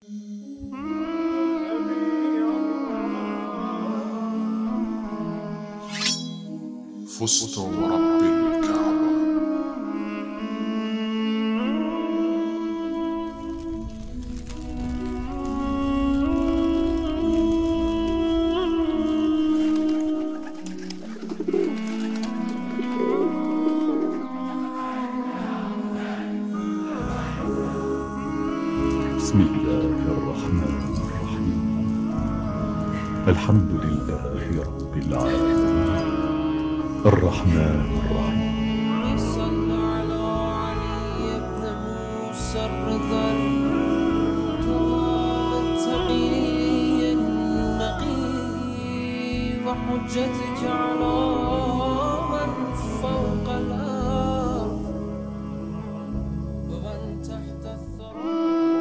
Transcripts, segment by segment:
فزت ورب الكعبة. بسم الله الرحمن الرحيم. الحمد لله رب العالمين الرحمن الرحيم. صلى على علي بن موسى الرضا التقي النقي وحجتك على من فوق الأرض ومن تحت الثرى.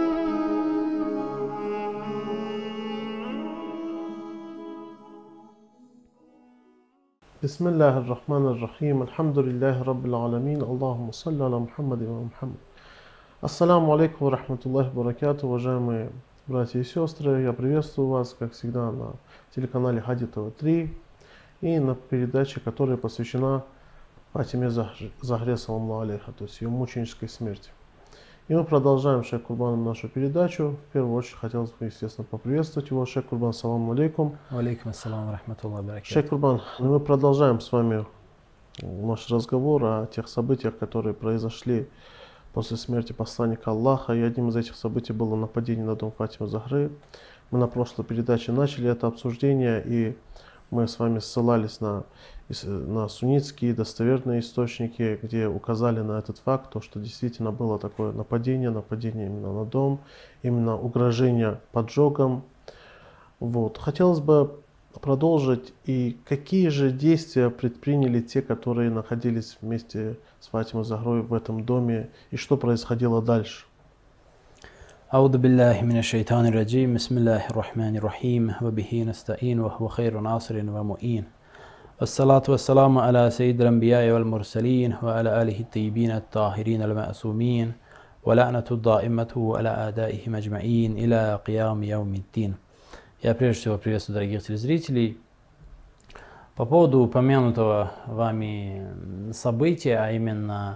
بسم الله الرحمن الرحيم. الحمد لله رب العالمين. اللهم صل على Мухаммад и Мухаммад. Ассаламу алейкум ва рахматуллахи ва баракату, уважаемые братья и сестры. Я приветствую вас, как всегда, на телеканале Хади ТВ3 и на передаче, которая посвящена Фатиме Захре, саламу алейха, то есть ее мученической смерти. И мы продолжаем Шейх Курбаном нашу передачу. В первую очередь хотелось бы, естественно, поприветствовать его. Шейх Курбан, саламу алейкум. Алейкум ассалам рахматуллахи баракату. Шейх Курбан, мы продолжаем с вами наш разговор о тех событиях, которые произошли после смерти посланника Аллаха. И одним из этих событий было нападение на дом Фатимы Захры. Мы на прошлой передаче начали это обсуждение, и мы с вами ссылались на суннитские достоверные источники, где указали на этот факт, то, что действительно было такое нападение именно на дом, именно угрожение поджогом. Вот. Хотелось бы продолжить, и какие же действия предприняли те, которые находились вместе с Фатимой Захрой в этом доме, и что происходило дальше? أعوذ بالله من الشيطان الرجيم بسم الله الرحمن الرحيم وبه نستعين وهو خير ناصر ومؤين والصلاة والسلام على سيد الأنبياء والمرسلين وعلى آله الطيبين الطاهرين المعصومين ولعنة الدائمة على أعدائهم أجمعين إلى قيام يوم الدين. Я прежде всего приветствую дорогих телезрителей. По поводу упомянутого вами события, а именно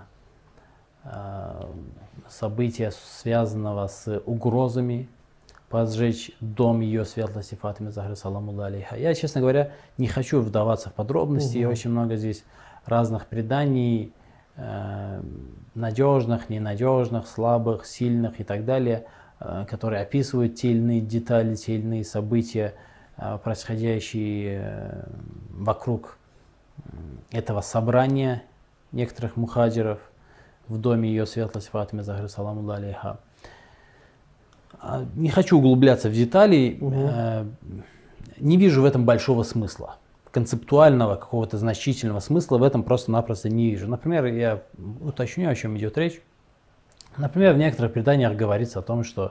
события, связанного с угрозами поджечь дом ее светлости Фатимы Захры, саламу алейха. Я, честно говоря, не хочу вдаваться в подробности. Очень много здесь разных преданий, надежных, ненадежных, слабых, сильных и так далее, которые описывают те или иные детали, те или иные события, происходящие вокруг этого собрания некоторых мухаджиров в доме ее светлости Фатимы Захры, саламу алейха. Не хочу углубляться в детали, не вижу в этом большого смысла. Концептуального, какого-то значительного смысла в этом просто-напросто не вижу. Например, я уточню, о чем идет речь. Например, в некоторых преданиях говорится о том, что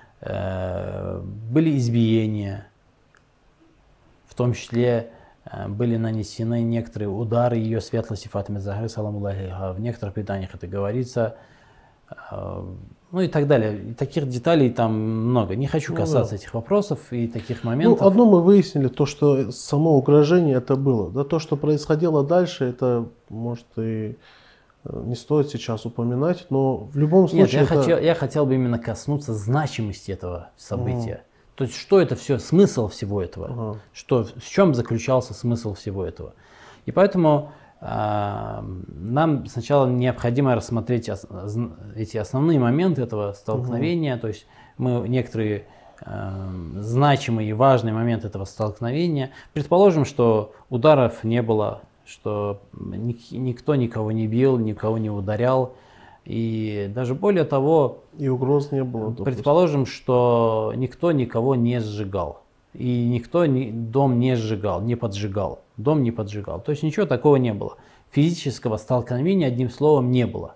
были избиения, в том числе были нанесены некоторые удары ее светлости Фатимы Захры, саламу алейха. В некоторых преданиях это говорится, ну и так далее. И таких деталей там много. Не хочу касаться этих вопросов и таких моментов. Ну, одно мы выяснили, то, что само угрожение это было. Да, то, что происходило дальше, это, может, и не стоит сейчас упоминать, но в любом случае... Нет, я хотел бы именно коснуться значимости этого события. То есть, что это все, смысл всего этого, что, в чем заключался смысл всего этого. И поэтому нам сначала необходимо рассмотреть эти основные моменты этого столкновения, то есть мы некоторые значимые и важные моменты этого столкновения. Предположим, что ударов не было, что никто никого не бил, никого не ударял. И даже более того, и угроз не было. Предположим, что никто никого не сжигал. И никто дом не сжигал, не поджигал. Дом не поджигал. То есть ничего такого не было. Физического столкновения, одним словом, не было.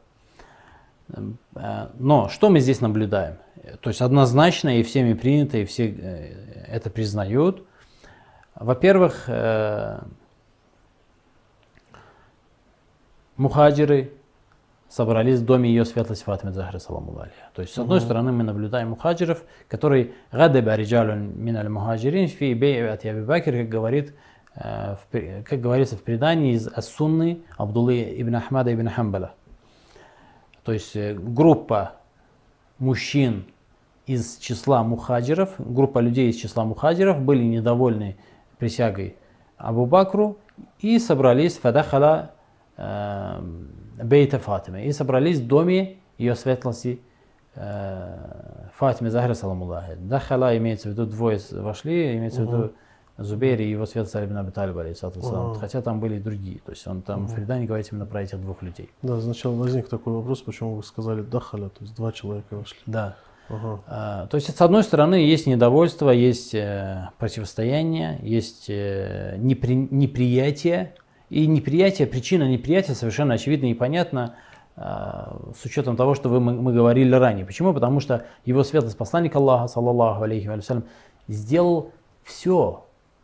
Но что мы здесь наблюдаем? То есть однозначно и всеми принято, и все это признают. Во-первых, мухаджиры, собрались в доме ее светлости Фатимы Захры, саламу алейха. То есть, с одной стороны, мы наблюдаем мухаджиров, который «гадаба риджалун миналь мухаджирин фи бей'ати Аби Бакр», как говорится в предании из Ас-Сунны Абдуллы ибн Ахмада ибн Хамбаля. То есть, группа мужчин из числа мухаджиров, группа людей из числа мухаджиров были недовольны присягой Абу Бакру и собрались «фадахала бейта Фатимы», и собрались в доме ее светлости Фатимы Захры, саламу алейха. Дахала имеется в виду двое вошли, имеется в виду Зубейр и его светлость Али ибн Аби Талиб, хотя там были и другие. То есть он там в предании говорит именно про этих двух людей. Да, сначала возник такой вопрос, почему вы сказали дахаля, то есть два человека вошли. Да. То есть, с одной стороны, есть недовольство, есть противостояние, есть неприятие. И неприятие, причина неприятия совершенно очевидна и понятна, с учетом того, что мы говорили ранее. Почему? Потому что его светлость посланник Аллаха, саллаллаху алейхи ва саллям, сделал все,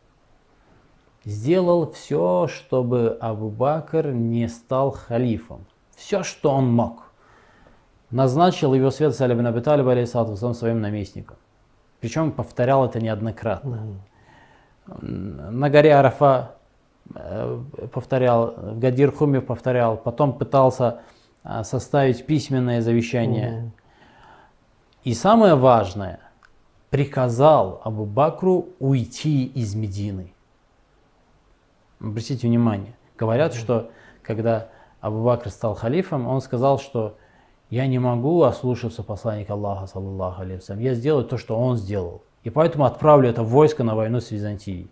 чтобы Абу Бакр не стал халифом. Все, что он мог. Назначил его светлость Али ибн Аби Талиб, алейхиссалату вассалам, своим наместником. Причем повторял это неоднократно. На горе Арафа повторял, в Гадир Хуме повторял, потом пытался составить письменное завещание. И самое важное, приказал Абу Бакру уйти из Медины. Обратите внимание, говорят, что когда Абу Бакр стал халифом, он сказал, что я не могу ослушаться посланника Аллаха, саллаллаху алейхи ва саллям, я сделаю то, что он сделал. И поэтому отправлю это войско на войну с Византией.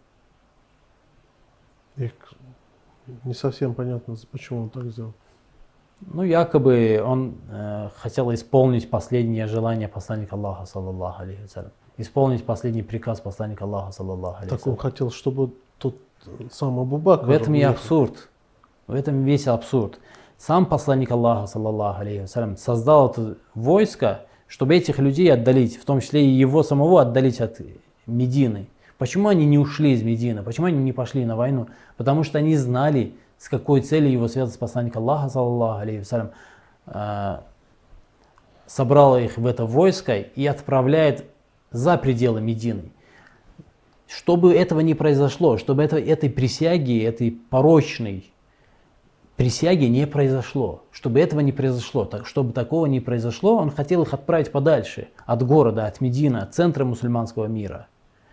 И не совсем понятно, почему он так сделал. Ну, якобы он хотел исполнить последнее желание посланника Аллаха, саллаллаху алейхи ва саллям. Исполнить последний приказ посланника Аллаха, саллаллаху алейхи ва саллям. Так он хотел, чтобы тот сам Абу Бакр... В этом и абсурд. В этом весь абсурд. Сам посланник Аллаха, саллаллаху алейхи ва саллям, создал это войско, чтобы этих людей отдалить, в том числе и его самого отдалить от Медины. Почему они не ушли из Медины? Почему они не пошли на войну? Потому что они знали, с какой целью его светлость посланник Аллаха, саллаллаху алейхи ва саллям, собрал их в это войско и отправляет за пределы Медины. Чтобы этого не произошло, чтобы этой присяги, этой порочной присяги не произошло, чтобы этого не произошло, чтобы такого не произошло, он хотел их отправить подальше от города, от Медины, от центра мусульманского мира,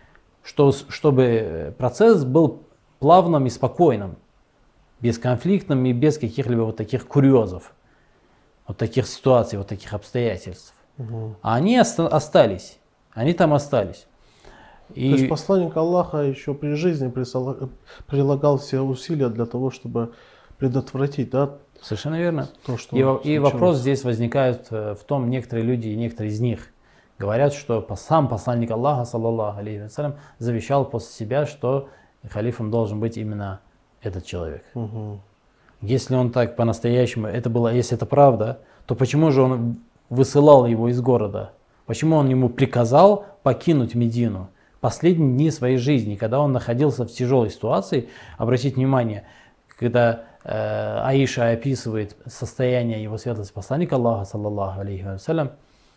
чтобы процесс был плавным и спокойным, бесконфликтным и без каких-либо вот таких курьезов, вот таких ситуаций, вот таких обстоятельств. А они остались, они там остались. То есть посланник Аллаха еще при жизни прилагал все усилия для того, чтобы предотвратить, да? Совершенно верно. То, что и вопрос здесь возникает в том, некоторые люди, некоторые из них говорят, что сам посланник Аллаха, саллаллаху алейхи ва саллям, завещал после себя, что халифом должен быть именно этот человек. Если он так по-настоящему, если это правда, то почему же он высылал его из города? Почему он ему приказал покинуть Медину? Последние дни своей жизни, когда он находился в тяжелой ситуации, обратите внимание, когда Аиша описывает состояние его светлости посланника Аллаха, саллаллаху алейхи ва саллям,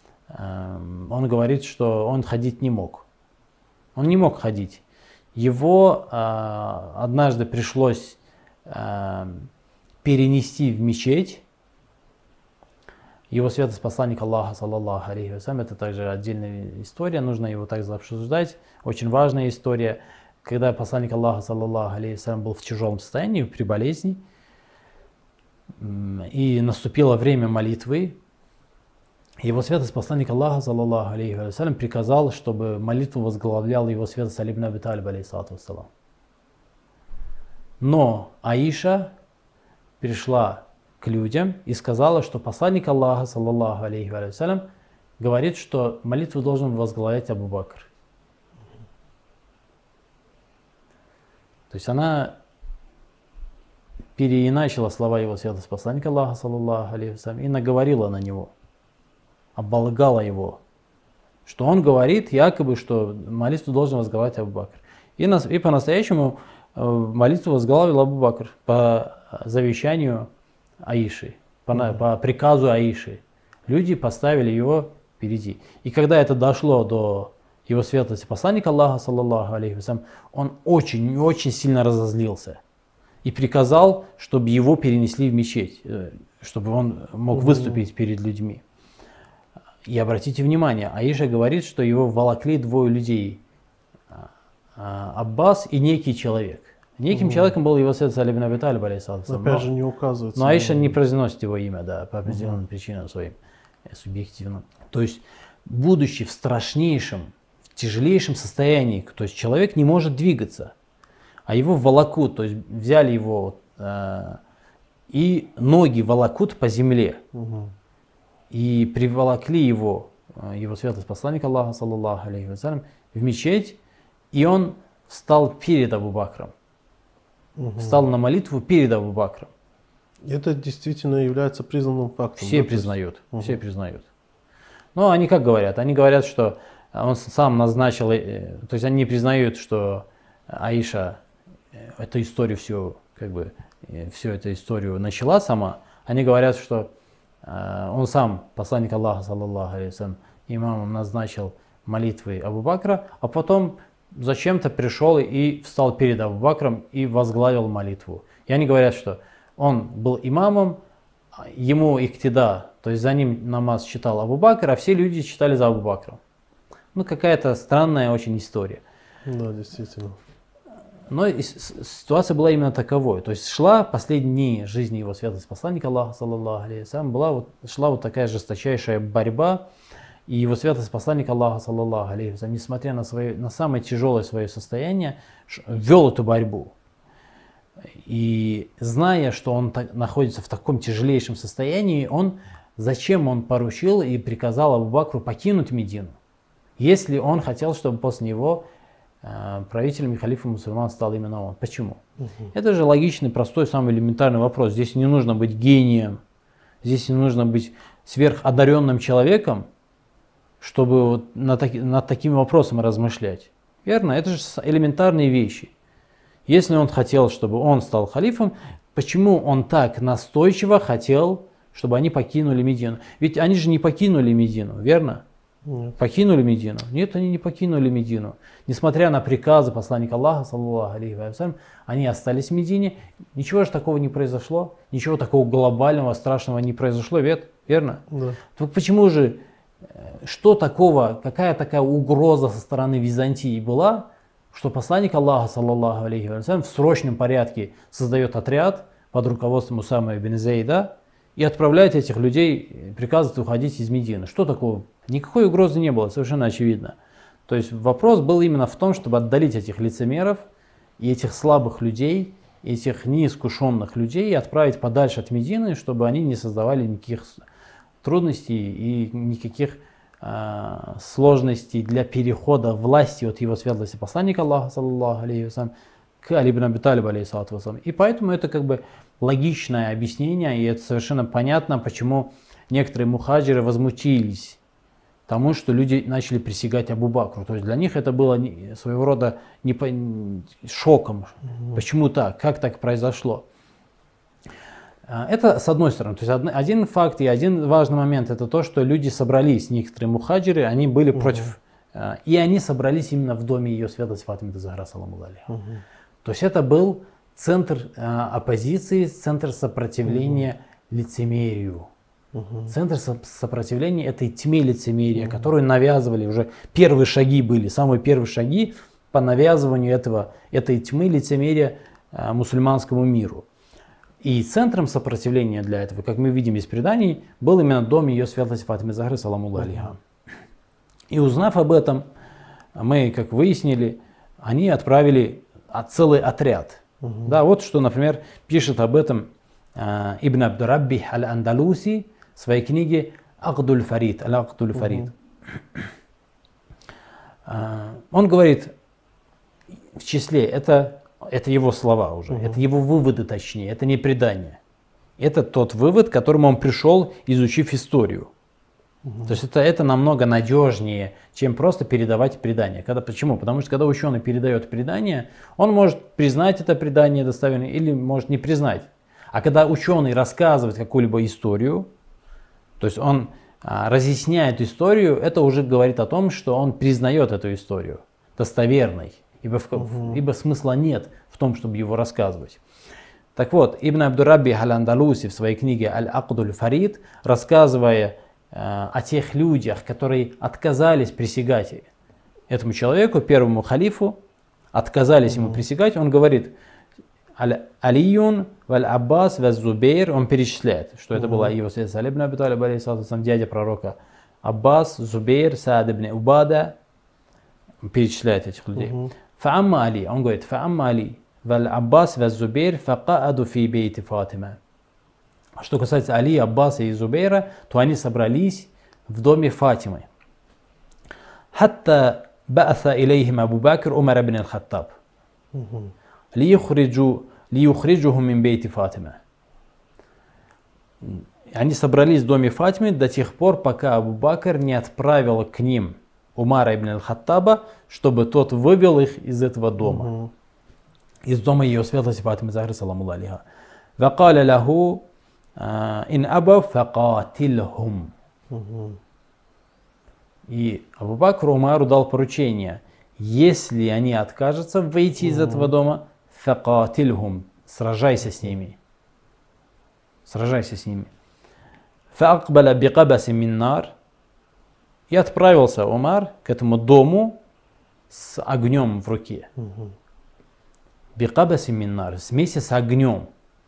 он говорит, что он ходить не мог. Он не мог ходить. Его однажды пришлось перенести в мечеть. Его светлость посланник Аллаха, саллаллаху алейхи ва саллям, это также отдельная история, нужно его также обсуждать. Очень важная история, когда посланник Аллаха, саллаллаху алейхи ва саллям, был в тяжелом состоянии, при болезни, и наступило время молитвы. Его светлость посланник Аллаха, саллаллаху алейхи ва саллям, приказал, чтобы молитву возглавлял его светлость Али ибн Аби Талиб, алейхиссалату вассалам. Но Аиша пришла к людям и сказала, что посланник Аллаха, саллаллаху алейхи ва саллям, говорит, что молитву должен возглавлять Абу Бакр. То есть она переиначила слова его светлости посланника Аллаха, саллаллаху алейхи ва саллям, и наговорила на него, оболгала его, что он говорит якобы, что молитву должен возглавлять Абу Бакр. И по-настоящему молитву возглавил Абу Бакр по завещанию Аиши. по приказу Аиши. Люди поставили его впереди. И когда это дошло до его светлости посланника Аллаха, саллаллаху алейхи вассалям, он очень сильно разозлился. И приказал, чтобы его перенесли в мечеть, чтобы он мог выступить перед людьми. И обратите внимание, Аиша говорит, что его волокли двое людей. Аббас и некий человек. Неким человеком был его светлость Али ибн Аби Талиб, алейхиссалам. Опять же не указывается. Но Аиша не произносит его имя, да, по определенным причинам своим, субъективным. То есть, будучи в страшнейшем, в тяжелейшем состоянии, то есть человек не может двигаться, а его волокут, то есть взяли его и ноги волокут по земле. И приволокли его светлость посланник Аллаха, саллаллаху алейхи вассалям, в мечеть, и он встал перед Абу Бакром. Встал на молитву перед Абу Бакром. Это действительно является признанным фактом. Все признают, все признают. Но они как говорят? Они говорят, что он сам назначил, то есть они не признают, что Аиша эту историю всю, всю эту историю начала сама. Они говорят, что он сам, посланник Аллаха, саллаллаху алейхи вассалям, имамом назначил молитвы Абу Бакра, а потом зачем-то пришел и встал перед Абу Бакром и возглавил молитву. И они говорят, что он был имамом, ему иктида, то есть за ним намаз читал Абу Бакр, а все люди читали за Абу Бакром. Ну, какая-то странная очень история. Да, действительно. Но ситуация была именно таковой. То есть шла последние дни жизни его светлости посланника Аллаха, саллаллаху алейхи вассалям, шла вот такая жесточайшая борьба. И его светлость посланник Аллаха, саллаллаху алейхи вассалям, несмотря на самое тяжелое свое состояние, вел эту борьбу. И зная, что он находится в таком тяжелейшем состоянии, зачем он поручил и приказал Абу Бакру покинуть Медину, если он хотел, чтобы после него правителем и халифом мусульман стал именно он. Почему? Это же логичный, простой, самый элементарный вопрос. Здесь не нужно быть гением, здесь не нужно быть сверходаренным человеком, чтобы вот над такими вопросами размышлять. Верно? Это же элементарные вещи. Если он хотел, чтобы он стал халифом, почему он так настойчиво хотел, чтобы они покинули Медину? Ведь они же не покинули Медину, верно? Нет. Покинули Медину? Нет, они не покинули Медину. Несмотря на приказы посланника Аллаха, саллаллаху алейхи вассалям, они остались в Медине. Ничего же такого не произошло. Ничего такого глобального, страшного не произошло, верно? Да. Так почему же, что такого, какая такая угроза со стороны Византии была, что посланник Аллаха, саллаллаху алейхи вассалям, в срочном порядке создает отряд под руководством Усама ибн Зейда и отправляет этих людей, приказывает уходить из Медины? Что такого? Никакой угрозы не было, совершенно очевидно. То есть вопрос был именно в том, чтобы отдалить этих лицемеров и этих слабых людей, этих неискушенных людей и отправить подальше от Медины, чтобы они не создавали никаких трудностей и никаких сложностей для перехода власти от его светлости посланника Аллаха, саллаллаху алейхи вассалям, к Али ибн Аби Талибу, алейхиссалату вассалам. И поэтому это логичное объяснение, и это совершенно понятно, почему некоторые мухаджиры возмутились тому, что люди начали присягать Абу Бакру. То есть для них это было своего рода шоком. Почему так? Как так произошло? Это с одной стороны. То есть один факт и один важный момент — это то, что люди собрались, некоторые мухаджиры, они были против, и они собрались именно в доме ее светлости Фатимы Захра, саламу алейха. То есть это был центр оппозиции, центр сопротивления лицемерию. Центр сопротивления этой тьме лицемерия, которую навязывали уже, первые шаги были, самые первые шаги по навязыванию этой тьмы лицемерия мусульманскому миру. И центром сопротивления для этого, как мы видим из преданий, был именно дом ее светлости Фатимы Захры, саламу алейха. И узнав об этом, мы, как выяснили, они отправили целый отряд. Да, вот что, например, пишет об этом Ибн Абдурабби аль-Андалуси в своей книге Акдуль Фарид. Он говорит, в числе, это его слова уже, это его выводы точнее, это не предание. Это тот вывод, к которому он пришел, изучив историю. То есть это намного надежнее, чем просто передавать предание. Почему? Потому что когда ученый передает предание, он может признать это предание достоверным или может не признать. А когда ученый рассказывает какую-либо историю, то есть он разъясняет историю, это уже говорит о том, что он признает эту историю достоверной, ибо смысла нет в том, чтобы его рассказывать. Так вот, Ибн Абдуррабби Аль-Андалуси в своей книге Аль-Акдуль Фарид, рассказывая о тех людях, которые отказались присягать этому человеку, первому халифу, отказались ему присягать, он говорит: Алиюн, Валь Аббас, Валь Зубейр, он перечисляет, что это была его светлость Али ибн Аби Талиб, алейхиссалам, дядя пророка, Аббас, Зубейр, Саад ибн Убада, он перечисляет этих людей. Фаамма Али, он говорит: Фаамма Али, Валь Аббас, Валь Зубейр, факааду фи бейти Фатима. Что касается Али, Аббаса и Зубейра, то они собрались в доме Фатимы. Хатта ба'атha илейхим Абу Бакр Умар ибн аль-Хаттаб. Лиюхриджуху мин бейти Фатима. Они собрались в доме Фатимы до тех пор, пока Абу Бакр не отправил к ним Умара ибн аль-Хаттаба, чтобы тот вывел их из этого дома. Из дома ее светлости Фатимы Захры, саламу алейха. Вакаля лаху ин абав факатилхум. И Абу Бакр Умару дал поручение: если они откажутся выйти из этого дома, факатилхум, сражайся с ними. Сражайся с ними. Фаакбаля бикабаси миннар. И отправился Умар к этому дому с огнем в руке. Бикабаси миннар, вместе с огнем.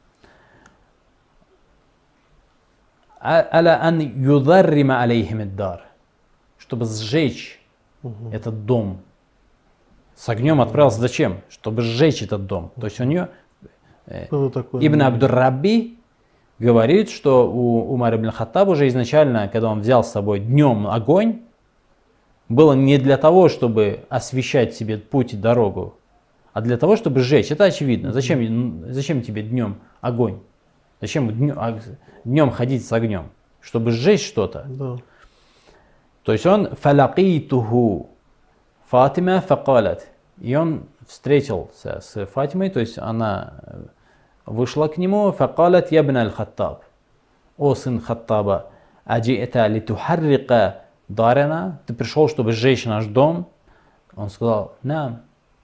Аля ан юдаррима алейхим аддар, чтобы сжечь этот дом. С огнем отправился зачем? Чтобы сжечь этот дом. То есть у нее Ибн Абдуррабби говорит, что у Умара ибн Хаттаба уже изначально, когда он взял с собой днем огонь, было не для того, чтобы освещать себе путь и дорогу, а для того, чтобы сжечь. Это очевидно. Зачем тебе днем огонь? Зачем днем ходить с огнем? Чтобы сжечь что-то. Да. То есть он фалакитуху Фатима факалат. И он встретился с Фатимой, то есть она вышла к нему, факалат ябн аль-Хаттаб. О сын Хаттаба, аджи'та литухаррика дарана, ты пришел, чтобы сжечь наш дом? Он сказал: нам.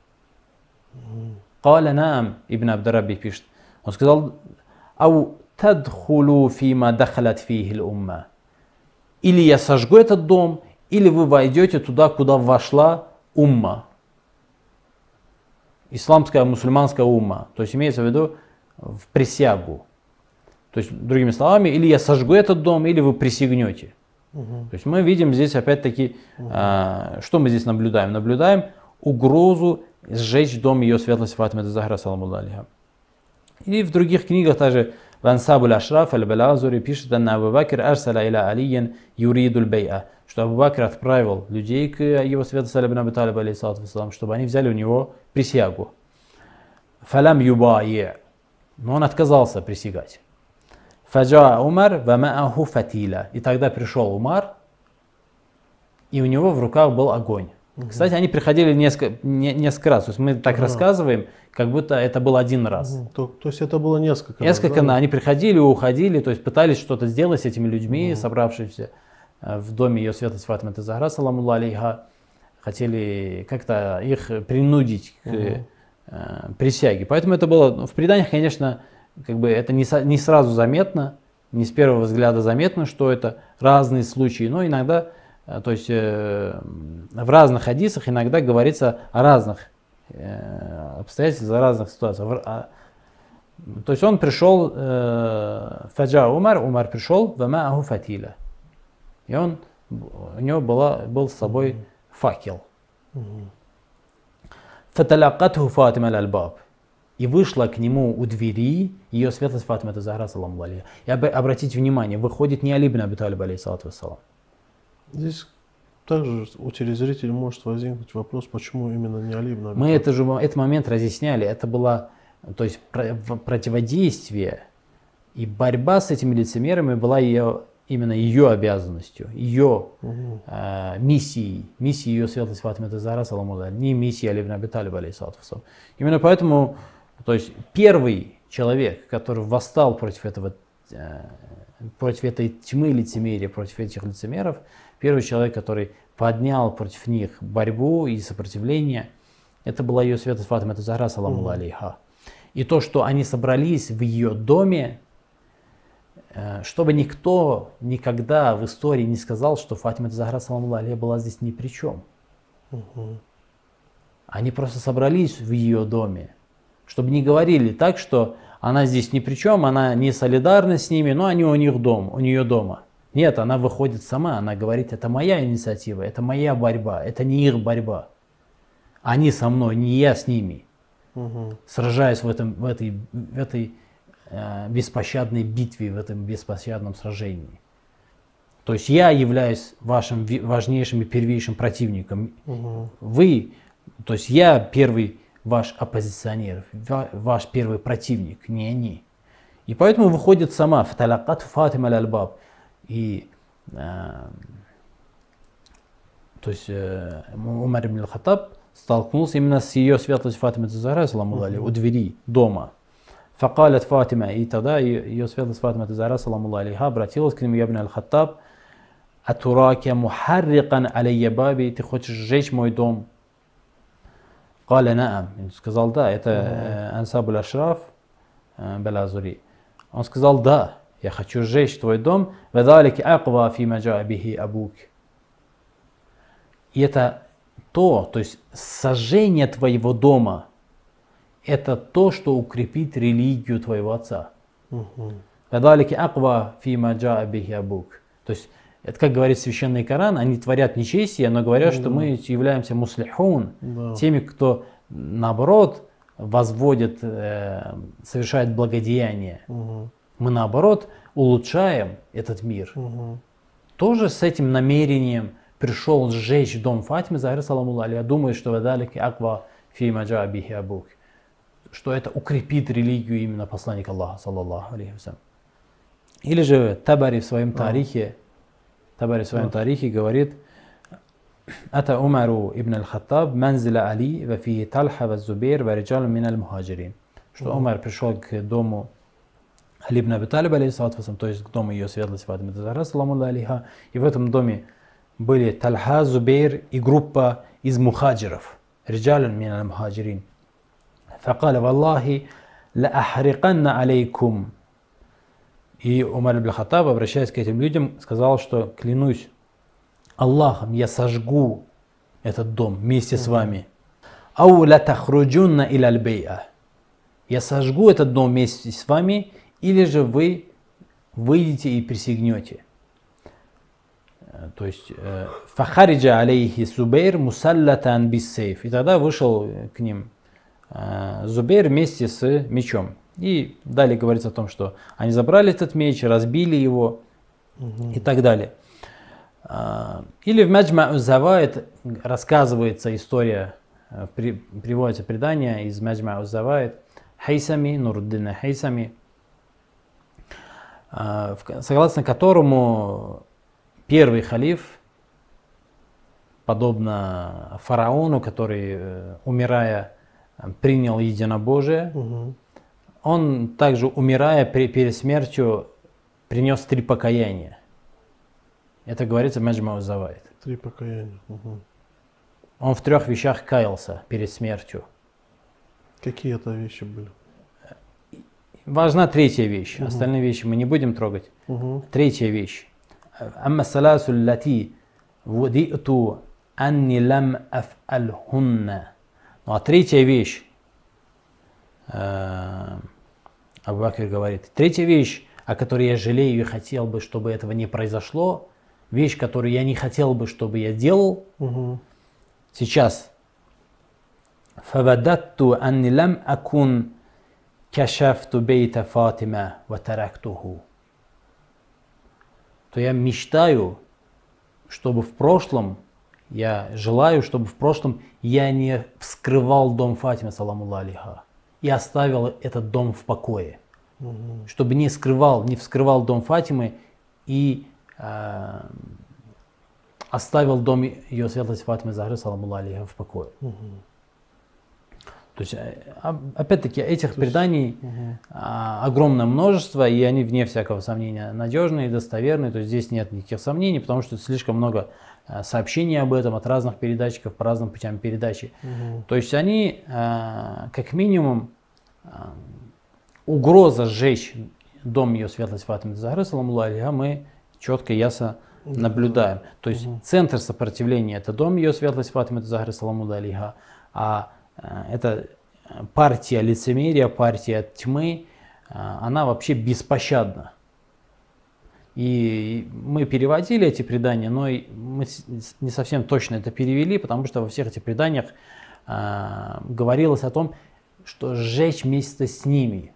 Каля нам, Ибн Абдуррабби пишет. Он сказал: ау тадхулу фима дахалат фихи л-умма. Или я сожгу этот дом, или вы войдете туда, куда вошла умма. Исламская, мусульманская умма. То есть имеется в виду в присягу. То есть, другими словами, или я сожгу этот дом, или вы присягнете. То есть мы видим здесь опять-таки, что мы здесь наблюдаем? Наблюдаем угрозу сжечь дом ее светлости Фатимы Захра, саламу алейха. И в других книгах также Вансаб аль-Ашраф аль-Балазури пишет, что Абу Бакр арсаля иля алиян юридуль бей'a, что Абу Бакр отправил людей к его светлости Али ибн Аби Талиб, алейхиссалам, чтобы они взяли у него присягу. Фалам юбаи', но он отказался присягать. Фаджа Умар ва ма'аху фатила, и тогда пришел Умар, и у него в руках был огонь. Кстати, они приходили несколько раз. То есть мы так рассказываем, как будто это был один раз. То есть это было несколько раз? Несколько, да? Они приходили, уходили, то есть пытались что-то сделать с этими людьми, собравшимися в доме ее светлости Фатимы Захра, саламу алейха. Хотели как-то их принудить к присяге. Поэтому это было в преданиях, конечно, как бы это не сразу заметно, не с первого взгляда заметно, что это разные случаи, но иногда, то есть в разных хадисах иногда говорится о разных обстоятельствах, о разных ситуациях. То есть он пришел, фаджа Умар пришел, вамааху фатила. И у него был с собой факел. Фаталакатху Фатима аль-Баб. И вышла к нему у двери ее светлость Фатима Захра, саламу алейха. И обратите внимание, выходит не Али ибн Аби Талиб, алейхиссалату вассалам. Здесь также у телезрителей может возникнуть вопрос, почему именно не Али ибн Аби Талиб. Мы этот момент разъясняли. Это было, то есть противодействие и борьба с этими лицемерами была именно ее обязанностью, ее миссией ее светлости Фатима Захра, саламу алейха, не миссией Али ибн Аби Талиб, алейхиссалату вассалам. Именно поэтому, то есть первый человек, который восстал против этой тьмы лицемерия, против этих лицемеров, первый человек, который поднял против них борьбу и сопротивление, это была ее светлость Фатима ат-Захра, саламу алейха. И то, что они собрались в ее доме, чтобы никто никогда в истории не сказал, что Фатима ат-Захра, саламу алейха, была здесь ни при чем. Они просто собрались в ее доме, чтобы не говорили так, что она здесь ни при чем, она не солидарна с ними, но они у нее дома. Нет, она выходит сама, она говорит, это моя инициатива, это моя борьба, это не их борьба. Они со мной, не я с ними. Сражаюсь в этой беспощадной битве, в этом беспощадном сражении. То есть я являюсь вашим важнейшим и первейшим противником. Вы, то есть я первый ваш оппозиционер, ваш первый противник, не они. И поэтому выходит сама фаталакат Фатима аль-Баб. И то есть Умар ибн аль-Хаттаб столкнулся именно с ее светлостью Фатима ат-Захра, саламу алейха, у двери дома. Факалят Фатима, и тогда ее светлость Фатима ат-Захра, саламу алейха, обратилась к нему: я ибн аль-Хаттаб, атураки мухаррикан алейя баби, ты хочешь сжечь мой дом? Каля наам, сказал да, это Ансаб аль-Ашраф Балазури. Он сказал да, я хочу сжечь твой дом. Вадалики аква фима джаа бихи абук. И это то есть сожжение твоего дома, это то, что укрепит религию твоего отца. Вадалики аква фима джаа бихи абук. То есть это, как говорит Священный Коран, они творят нечестие, но говорят, что мы являемся муслихун, теми, кто наоборот возводит, совершает благодеяние. Мы наоборот улучшаем этот мир. Тоже с этим намерением пришел сжечь дом Фатимы Захры, саламу алейха, думает, что вадалики аква фима джаа бихи абук, что это укрепит религию именно посланника Аллаха, саллаллаху алейхи ва саллям. Или же Табари в своем тарихе, говорит: «Ата Умару ибн аль-Хаттаб манзиля Али ва фи Тальха ва Зубейр ва риджал мин аль-Мухаджирин». Что Умар пришел к дому Али ибн Аби Талиба, то есть к дому ее светлости Фатимы ат-Захра, саламу алейха, и в этом доме были Тальха, Зубейр и группа из мухаджиров. Риджалун мин аль-Мухаджирин. Факаля валлахи ла ахриканна алейкум. И Умар ибн Хаттаб, обращаясь к этим людям, сказал, что клянусь Аллахом, я сожгу этот дом вместе с вами. Ау ла тахруджунна иля аль-бей'a. Я сожгу этот дом вместе с вами, или же вы выйдете и присягнете. То есть фахариджа алейхи Зубейр мусаллатан биссейф. И тогда вышел к ним Зубейр вместе с мечом. И далее говорится о том, что они забрали этот меч, разбили его и так далее. Или в Маджма уз-Заваид рассказывается история, приводится предание из Маджма уз-Заваид Хайсами, Нуруддина Хайсами, согласно которому первый халиф, подобно фараону, который, умирая, принял единобожие, он также, умирая перед смертью, принес 3 покаяния. Это говорится в Маджма уз-Заваид. 3 покаяния. Он в 3 вещах каялся перед смертью. Какие это вещи были? Важна 3-я вещь. Остальные вещи мы не будем трогать. 3-я вещь. Амма саласу лати вуди'ту анни лам аф'альхунна. Ну а 3-я вещь, Абу Бакр говорит, 3-я вещь, о которой я жалею и хотел бы, чтобы этого не произошло, вещь, которую я не хотел бы, чтобы я делал, сейчас. Фавадатту анни лам акун кашафту бейта Фатима ва тарактуху. То я мечтаю, чтобы в прошлом, я желаю, чтобы в прошлом я не вскрывал дом Фатимы, саламу алейха, и оставил этот дом в покое. Чтобы не вскрывал дом Фатимы и оставил дом ее светлости Фатимы Захры, саламу алейха, в покое. То есть, опять-таки, этих преданий огромное множество, и они, вне всякого сомнения, надежные, достоверные. То есть здесь нет никаких сомнений, потому что слишком много сообщений об этом от разных передатчиков по разным путям передачи. То есть они, как минимум, угроза сжечь дом ее светлости Фатимы Захры, саламуллаху алейха, мы четко и ясно наблюдаем. То есть центр сопротивления — это дом ее светлости Фатимы Захры, саламуллаху алейха, а это партия лицемерия, партия тьмы, она вообще беспощадна. И мы переводили эти предания, но мы не совсем точно это перевели, потому что во всех этих преданиях говорилось о том, что сжечь вместе с ними.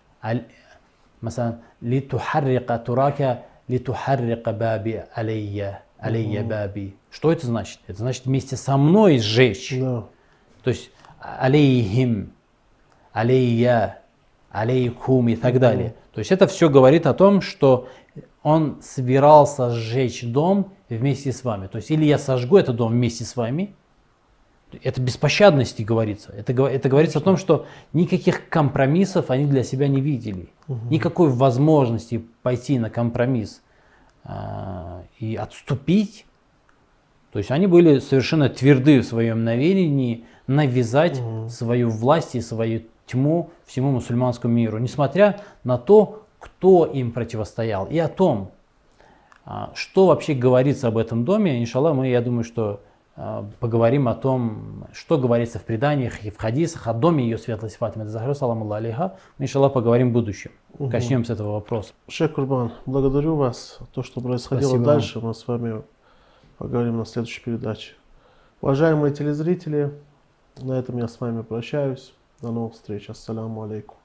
«Литухаррика турака, литухаррика баби алейя баби». Что это значит? Это значит вместе со мной сжечь. То есть алейхим, алейя, алейкум и так далее. То есть это все говорит о том, что он собирался сжечь дом вместе с вами. То есть или я сожгу этот дом вместе с вами. Это беспощадности говорится. Это говорится о том, что никаких компромиссов они для себя не видели. Никакой возможности пойти на компромисс и отступить. То есть они были совершенно тверды в своем намерении навязать свою власть и свою тьму всему мусульманскому миру, несмотря на то, кто им противостоял, и о том, что вообще говорится об этом доме. Иншаллах, я думаю, что поговорим о том, что говорится в преданиях и в хадисах о доме ее светлости Фатимы Захры, саламуллаху алейха. Мы, иншаллах, поговорим в будущем. Начнем с этого вопроса. Шейх Курбан, благодарю вас. То, что происходило Спасибо дальше, мы с вами поговорим на следующей передаче. Уважаемые телезрители, на этом я с вами прощаюсь. До новых встреч. Ассаляму алейкум.